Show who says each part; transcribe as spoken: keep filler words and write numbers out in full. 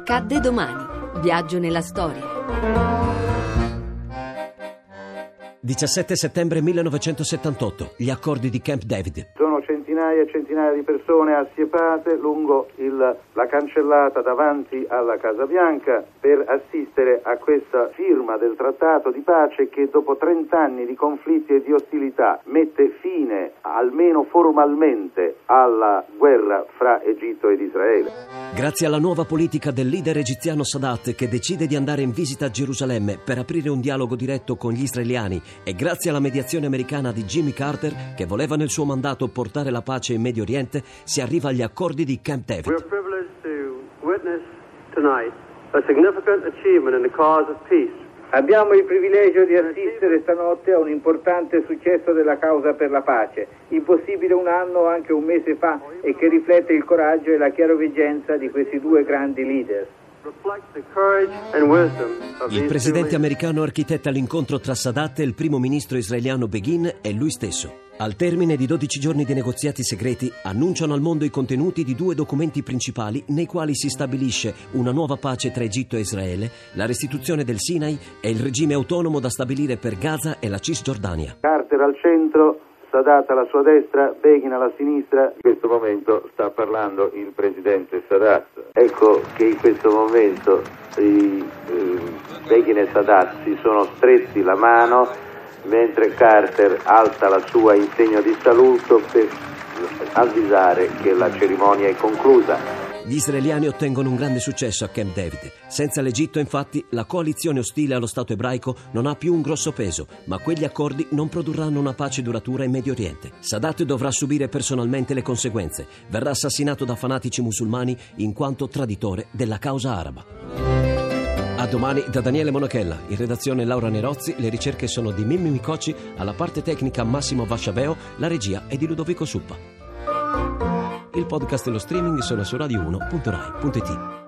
Speaker 1: Accadde domani. Viaggio nella storia.
Speaker 2: diciassette settembre millenovecentosettantotto, gli accordi di Camp David.
Speaker 3: Sono centinaia e centinaia di persone assiepate lungo il, la cancellata davanti alla Casa Bianca per assistere a questa firma del trattato di pace che dopo trent'anni di conflitti e di ostilità mette fine, almeno formalmente, alla guerra fra Egitto ed Israele.
Speaker 2: Grazie alla nuova politica del leader egiziano Sadat, che decide di andare in visita a Gerusalemme per aprire un dialogo diretto con gli israeliani, e grazie alla mediazione americana di Jimmy Carter, che voleva nel suo mandato portare la pace in Medio Oriente, si arriva agli accordi di Camp David.
Speaker 4: We are privileged to witness tonight a significant achievement in the cause of peace.
Speaker 5: Abbiamo il privilegio di assistere stanotte a un importante successo della causa per la pace, impossibile un anno o anche un mese fa, e che riflette il coraggio e la chiaroveggenza di questi due grandi leader.
Speaker 2: Il presidente americano architetta l'incontro tra Sadat e il primo ministro israeliano Begin e lui stesso. Al termine di dodici giorni di negoziati segreti, annunciano al mondo i contenuti di due documenti principali nei quali si stabilisce una nuova pace tra Egitto e Israele, la restituzione del Sinai e il regime autonomo da stabilire per Gaza e la Cisgiordania.
Speaker 3: Carter al centro, Sadat alla sua destra, Begin alla sinistra. In questo momento sta parlando il presidente Sadat. Ecco che in questo momento i, eh, Begin e Sadat si sono stretti la mano, mentre Carter alza la sua in segno di saluto per avvisare che la cerimonia è conclusa.
Speaker 2: Gli israeliani ottengono un grande successo a Camp David. Senza l'Egitto, infatti, la coalizione ostile allo Stato ebraico non ha più un grosso peso, ma quegli accordi non produrranno una pace duratura in Medio Oriente. Sadat dovrà subire personalmente le conseguenze. Verrà assassinato da fanatici musulmani in quanto traditore della causa araba. A domani da Daniele Monachella, in redazione Laura Nerozzi, le ricerche sono di Mimmi Micocci, alla parte tecnica Massimo Vasciaveo, la regia è di Ludovico Suppa. Il podcast e lo streaming sono su radio uno punto rai punto it.